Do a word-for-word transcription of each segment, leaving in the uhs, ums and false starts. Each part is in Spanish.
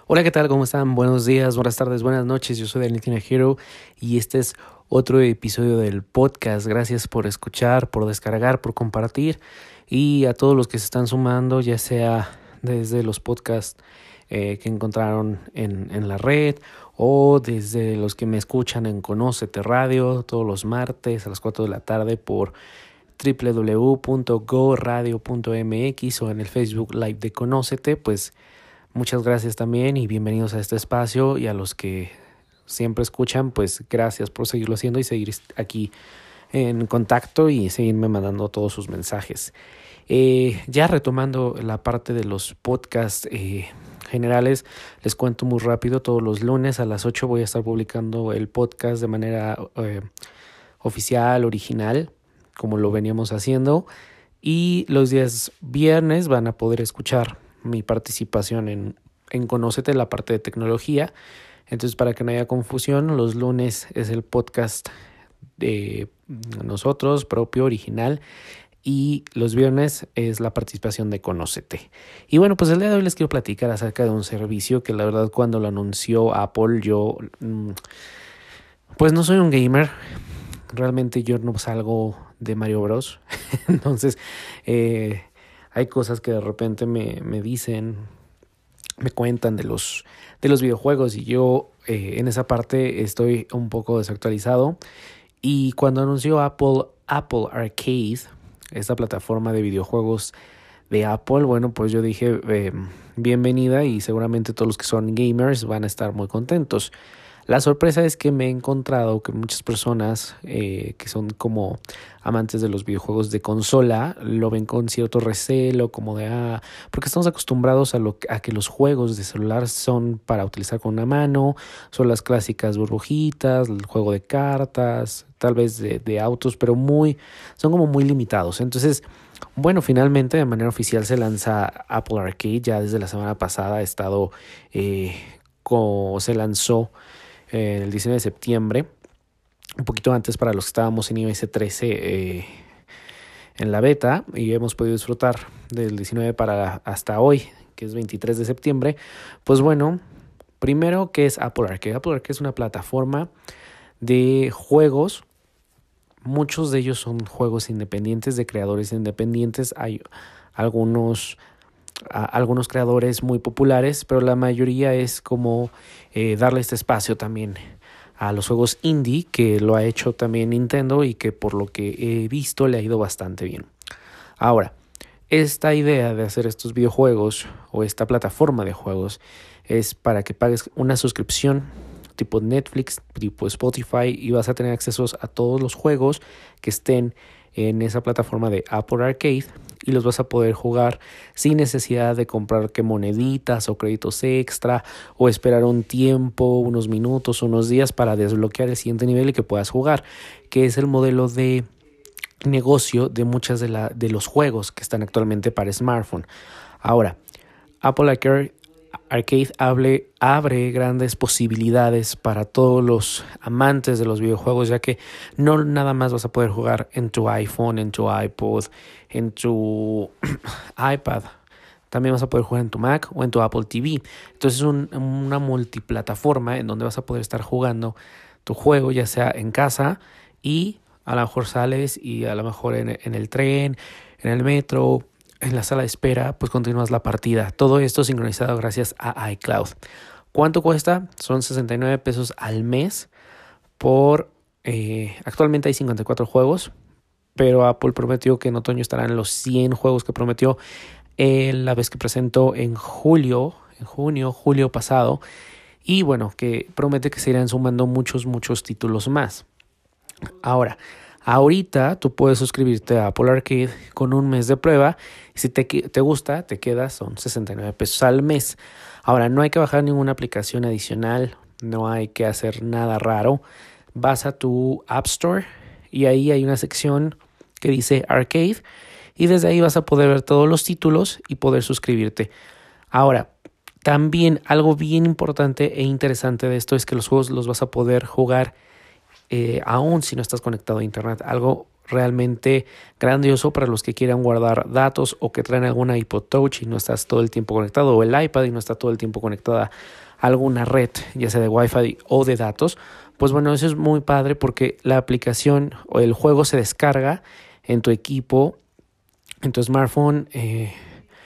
Hola, ¿qué tal? ¿Cómo están? Buenos días, buenas tardes, buenas noches. Yo soy Daniel Tinajero y este es otro episodio del podcast. Gracias por escuchar, por descargar, por compartir y a todos los que se están sumando, ya sea desde los podcasts eh, que encontraron en, en la red o desde los que me escuchan en Conócete Radio todos los martes a las cuatro de la tarde por doble u doble u doble u punto go radio punto m x o en el Facebook Live de Conócete. Pues muchas gracias también y bienvenidos a este espacio, y a los que siempre escuchan, pues gracias por seguirlo haciendo y seguir aquí en contacto y seguirme mandando todos sus mensajes. Eh, ya retomando la parte de los podcasts eh, generales, les cuento muy rápido. Todos los lunes a las ocho voy a estar publicando el podcast de manera eh, oficial, original, como lo veníamos haciendo, y los días viernes van a poder escuchar mi participación en, en Conócete, la parte de tecnología. Entonces, para que no haya confusión, los lunes es el podcast de nosotros, propio, original, y los viernes es la participación de Conócete. Y bueno, pues el día de hoy les quiero platicar acerca de un servicio que la verdad cuando lo anunció Apple, yo pues no soy un gamer. Realmente yo no salgo de Mario Bros. Entonces, eh, hay cosas que de repente me, me dicen, me cuentan de los, de los videojuegos, y yo eh, en esa parte estoy un poco desactualizado. Y cuando anunció Apple, Apple Arcade, esta plataforma de videojuegos de Apple, bueno, pues yo dije eh, bienvenida, y seguramente todos los que son gamers van a estar muy contentos. La sorpresa es que me he encontrado que muchas personas eh, que son como amantes de los videojuegos de consola lo ven con cierto recelo, como de ah, porque estamos acostumbrados a, lo, a que los juegos de celular son para utilizar con una mano, son las clásicas burbujitas, el juego de cartas, tal vez de, de autos, pero muy, son como muy limitados. Entonces, bueno, finalmente de manera oficial se lanza Apple Arcade. Ya desde la semana pasada ha estado, eh, co- se lanzó el diecinueve de septiembre, un poquito antes para los que estábamos en iOS trece eh, en la beta, y hemos podido disfrutar del diecinueve para hasta hoy, que es veintitrés de septiembre. Pues bueno, primero, ¿qué es Apple Arcade? Apple Arcade es una plataforma de juegos. Muchos de ellos son juegos independientes, de creadores independientes. Hay algunos a algunos creadores muy populares, pero la mayoría es como eh, darle este espacio también a los juegos indie, que lo ha hecho también Nintendo y que por lo que he visto le ha ido bastante bien. Ahora, esta idea de hacer estos videojuegos o esta plataforma de juegos es para que pagues una suscripción tipo Netflix, tipo Spotify, y vas a tener accesos a todos los juegos que estén en esa plataforma de Apple Arcade, y los vas a poder jugar sin necesidad de comprar que moneditas o créditos extra, o esperar un tiempo, unos minutos, unos días para desbloquear el siguiente nivel y que puedas jugar, que es el modelo de negocio de muchas de, la, de los juegos que están actualmente para smartphone. Ahora, Apple Arcade Arcade abre, abre grandes posibilidades para todos los amantes de los videojuegos, ya que no nada más vas a poder jugar en tu iPhone, en tu iPod, en tu iPad. También vas a poder jugar en tu Mac o en tu Apple T V. Entonces es un, una multiplataforma en donde vas a poder estar jugando tu juego, ya sea en casa, y a lo mejor sales y a lo mejor en, en el tren, en el metro, en la sala de espera, pues continúas la partida. Todo esto sincronizado gracias a iCloud. ¿Cuánto cuesta? Son sesenta y nueve pesos al mes por... Eh, actualmente hay cincuenta y cuatro juegos, pero Apple prometió que en otoño estarán los cien juegos que prometió eh, la vez que presentó en julio, en junio, julio pasado. Y bueno, que promete que se irán sumando muchos, muchos títulos más. Ahora, ahorita tú puedes suscribirte a Apple Arcade con un mes de prueba, y si te, te gusta, te quedas, son sesenta y nueve pesos al mes. Ahora, no hay que bajar ninguna aplicación adicional, no hay que hacer nada raro. Vas a tu App Store y ahí hay una sección que dice Arcade, y desde ahí vas a poder ver todos los títulos y poder suscribirte. Ahora, también algo bien importante e interesante de esto es que los juegos los vas a poder jugar Eh, aún si no estás conectado a internet. Algo realmente grandioso para los que quieran guardar datos o que traen alguna iPod Touch y no estás todo el tiempo conectado, o el iPad y no está todo el tiempo conectada a alguna red, ya sea de Wi-Fi o de datos. Pues bueno, eso es muy padre porque la aplicación o el juego se descarga en tu equipo, en tu smartphone, eh,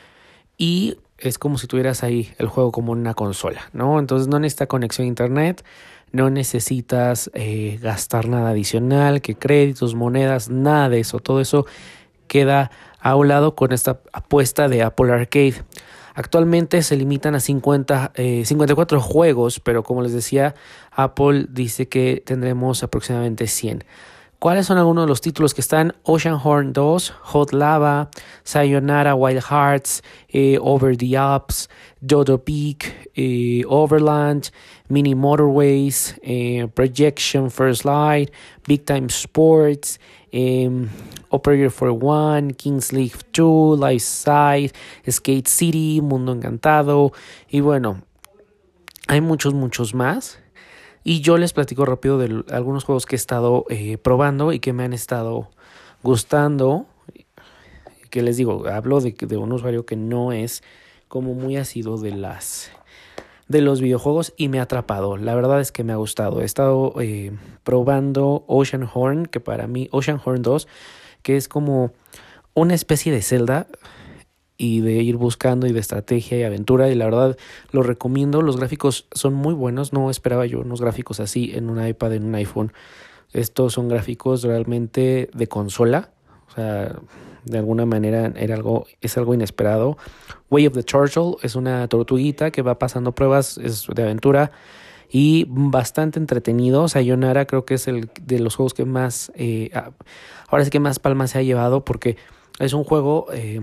y es como si tuvieras ahí el juego como en una consola, ¿no? Entonces no necesita conexión a internet, no necesitas eh, gastar nada adicional, que créditos, monedas, nada de eso. Todo eso queda a un lado con esta apuesta de Apple Arcade. Actualmente se limitan a cincuenta, eh, cincuenta y cuatro juegos, pero como les decía, Apple dice que tendremos aproximadamente cien. ¿Cuáles son algunos de los títulos que están? Oceanhorn dos, Hot Lava, Sayonara Wild Hearts, eh, Over the Alps, Dodo Peak, eh, Overland, Mini Motorways, eh, Projection First Light, Big Time Sports, eh, Operator for One, Kings League dos, Life Side, Skate City, Mundo Encantado, y bueno, hay muchos, muchos más. Y yo les platico rápido de algunos juegos que he estado eh, probando y que me han estado gustando. Que les digo, hablo de, de un usuario que no es como muy asiduo de las de los videojuegos y me ha atrapado. La verdad es que me ha gustado. He estado eh, probando Oceanhorn, que para mí, Oceanhorn dos, que es como una especie de Zelda y de ir buscando y de estrategia y aventura, y la verdad lo recomiendo. Los gráficos son muy buenos, no esperaba yo unos gráficos así en un iPad, en un iPhone. Estos son gráficos realmente de consola, o sea, de alguna manera era algo, es algo inesperado. Way of the Turtle es una tortuguita que va pasando pruebas, es de aventura y bastante entretenido. Sayonara creo que es el de los juegos que más, eh, ahora sí que más palmas se ha llevado, porque es un juego... Eh,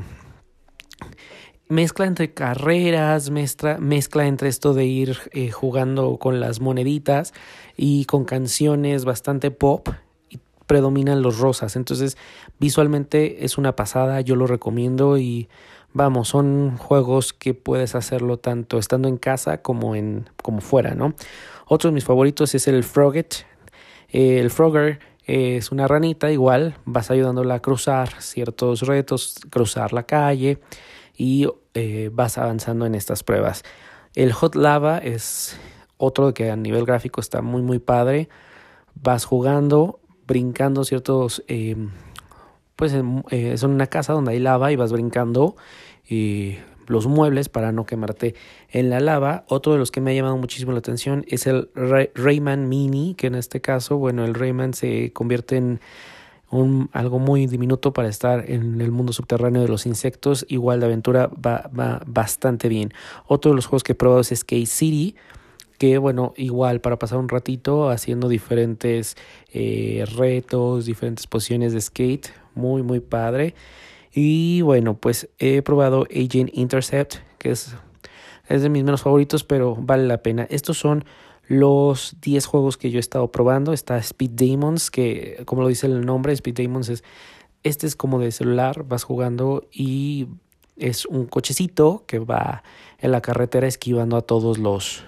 mezcla entre carreras, mezcla, mezcla entre esto de ir eh, jugando con las moneditas y con canciones bastante pop, y predominan los rosas. Entonces visualmente es una pasada, yo lo recomiendo y vamos, son juegos que puedes hacerlo tanto estando en casa como en como fuera, ¿no? Otro de mis favoritos es el Frogget. Eh, el Frogger eh, es una ranita, igual vas ayudándola a cruzar ciertos retos, cruzar la calle, y eh, vas avanzando en estas pruebas. El Hot Lava es otro que a nivel gráfico está muy muy padre. Vas jugando, brincando ciertos... Eh, pues eh, son una casa donde hay lava y vas brincando eh, los muebles para no quemarte en la lava. Otro de los que me ha llamado muchísimo la atención es el Ray- Rayman Mini, que en este caso, bueno, el Rayman se convierte en Un, algo muy diminuto para estar en el mundo subterráneo de los insectos. Igual de aventura va, va bastante bien. Otro de los juegos que he probado es Skate City, que bueno, igual para pasar un ratito haciendo diferentes eh, retos, diferentes posiciones de skate, muy muy padre. Y bueno, pues he probado Agent Intercept, que es, es de mis menos favoritos, pero vale la pena. Estos son los diez juegos que yo he estado probando. Está Speed Demons, que como lo dice el nombre, Speed Demons es, este es como de celular, vas jugando y es un cochecito que va en la carretera esquivando a todos los,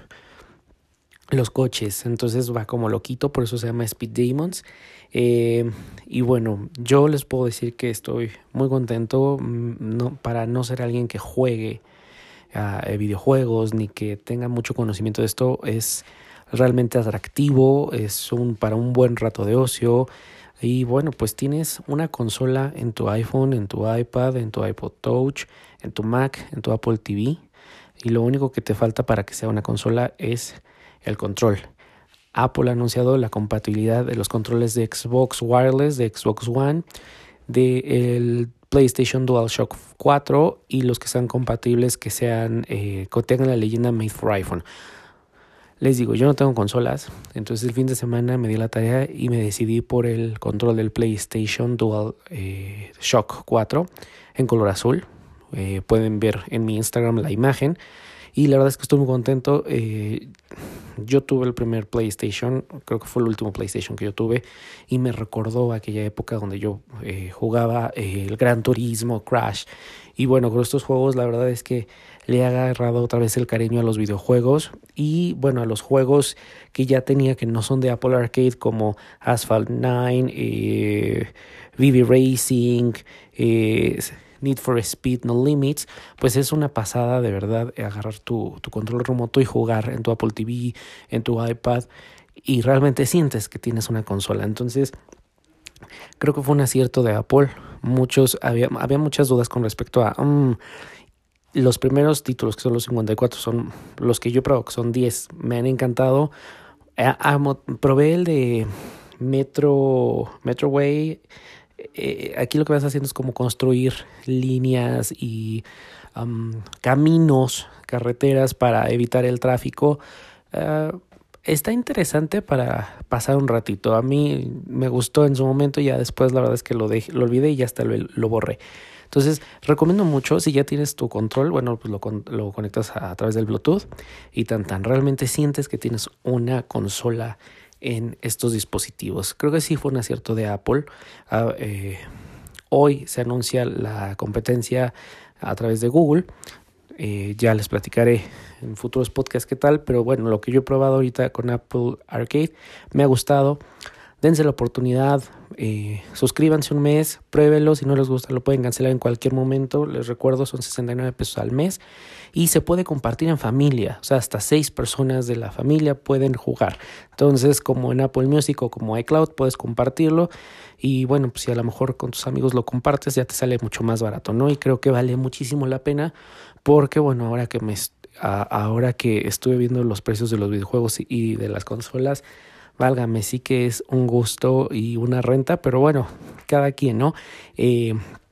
los coches. Entonces va como loquito, por eso se llama Speed Demons. Eh, y bueno, yo les puedo decir que estoy muy contento, no, para no ser alguien que juegue uh, videojuegos ni que tenga mucho conocimiento de esto. Es realmente atractivo, es un para un buen rato de ocio. Y bueno, pues tienes una consola en tu iPhone, en tu iPad, en tu iPod Touch, en tu Mac, en tu Apple T V, y lo único que te falta para que sea una consola es el control. Apple ha anunciado la compatibilidad de los controles de Xbox Wireless, de Xbox One, del PlayStation DualShock cuatro, y los que sean compatibles que sean eh, que tengan la leyenda Made for iPhone. Les digo, yo no tengo consolas, entonces el fin de semana me di la tarea y me decidí por el control del PlayStation DualShock eh, cuatro en color azul. Eh, pueden ver en mi Instagram la imagen. y la verdad es que estoy muy contento. Eh, yo tuve el primer PlayStation, creo que fue el último PlayStation que yo tuve, y me recordó aquella época donde yo eh, jugaba eh, el Gran Turismo, Crash, y bueno, con estos juegos la verdad es que le he agarrado otra vez el cariño a los videojuegos y bueno, a los juegos que ya tenía que no son de Apple Arcade como Asphalt nueve, eh, V V Racing, eh, Need for Speed No Limits, pues es una pasada de verdad agarrar tu, tu control remoto y jugar en tu Apple T V, en tu iPad, y realmente sientes que tienes una consola. Entonces creo que fue un acierto de Apple. Muchos, había, había muchas dudas con respecto a um, los primeros títulos, que son los cincuenta y cuatro, son los que yo probé, que son diez, me han encantado. A, a, probé el de Metro, Metroway. Eh, aquí lo que vas haciendo es como construir líneas y um, caminos, carreteras para evitar el tráfico. Uh, está interesante para pasar un ratito. A mí me gustó en su momento, ya después la verdad es que lo, dejé, lo olvidé y ya hasta lo, lo borré. Entonces recomiendo mucho, si ya tienes tu control, bueno, pues lo, lo conectas a, a través del Bluetooth y tan tan realmente sientes que tienes una consola en estos dispositivos. Creo que sí fue un acierto de Apple. Uh, eh, hoy se anuncia la competencia a través de Google. Eh, ya les platicaré en futuros podcasts qué tal, pero bueno, lo que yo he probado ahorita con Apple Arcade me ha gustado. Dense la oportunidad, eh, suscríbanse un mes, pruébenlo, si no les gusta lo pueden cancelar en cualquier momento. Les recuerdo, son sesenta y nueve pesos al mes y se puede compartir en familia, o sea, hasta seis personas de la familia pueden jugar. Entonces, como en Apple Music o como iCloud, puedes compartirlo y bueno, pues si a lo mejor con tus amigos lo compartes ya te sale mucho más barato, ¿no? Y creo que vale muchísimo la pena porque bueno, ahora que me a, ahora que estuve viendo los precios de los videojuegos y, y de las consolas, válgame, sí que es un gusto y una renta, pero bueno, cada quien, ¿no? Eh,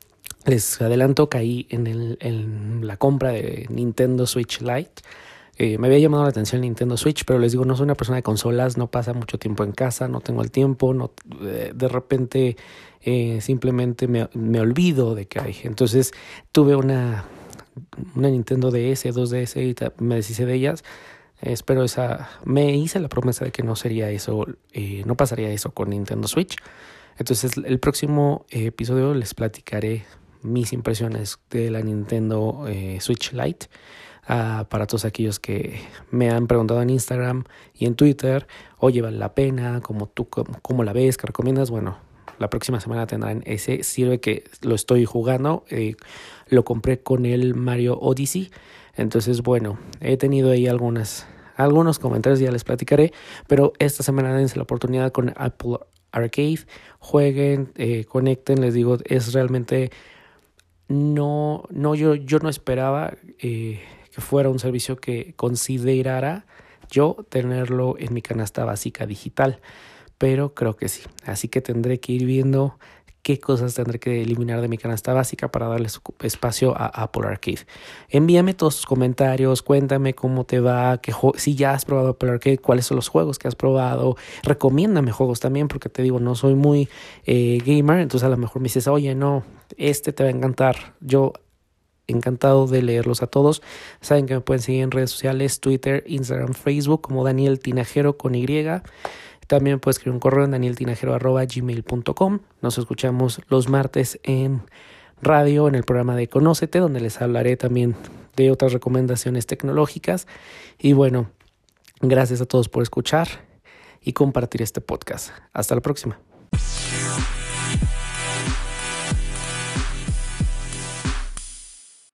les adelanto, caí en, el, en la compra de Nintendo Switch Lite. Eh, me había llamado la atención Nintendo Switch, pero les digo, no soy una persona de consolas, no pasa mucho tiempo en casa, no tengo el tiempo, no, eh, de repente eh, simplemente me, me olvido de que hay. Entonces tuve una, una Nintendo D S, dos D S y me deshice de ellas. Espero esa, me hice la promesa de que no sería eso, eh, no pasaría eso con Nintendo Switch. Entonces el próximo eh, episodio les platicaré mis impresiones de la Nintendo eh, Switch Lite. Uh, para todos aquellos que me han preguntado en Instagram y en Twitter, oye, ¿vale la pena? ¿Cómo tú, cómo, cómo la ves? ¿Qué recomiendas? Bueno, la próxima semana tendrán ese. Sirve que lo estoy jugando. Eh, lo compré con el Mario Odyssey. Entonces, bueno, he tenido ahí algunas, algunos comentarios, ya les platicaré. Pero esta semana dense la oportunidad con Apple Arcade. Jueguen, eh, conecten, les digo, es realmente... No, no yo, yo no esperaba eh, que fuera un servicio que considerara yo tenerlo en mi canasta básica digital, pero creo que sí. Así que tendré que ir viendo qué cosas tendré que eliminar de mi canasta básica para darle espacio a Apple Arcade. Envíame todos tus comentarios, cuéntame cómo te va, qué jo- si ya has probado Apple Arcade, cuáles son los juegos que has probado, recomiéndame juegos también, porque te digo, no soy muy eh, gamer, entonces a lo mejor me dices, oye, no, este te va a encantar. Yo encantado de leerlos a todos. Saben que me pueden seguir en redes sociales, Twitter, Instagram, Facebook, como Daniel Tinajero con Y. También puedes escribir un correo en danieltinajero arroba gmail punto com. Nos escuchamos los martes en radio, en el programa de Conócete, donde les hablaré también de otras recomendaciones tecnológicas. Y bueno, gracias a todos por escuchar y compartir este podcast. Hasta la próxima.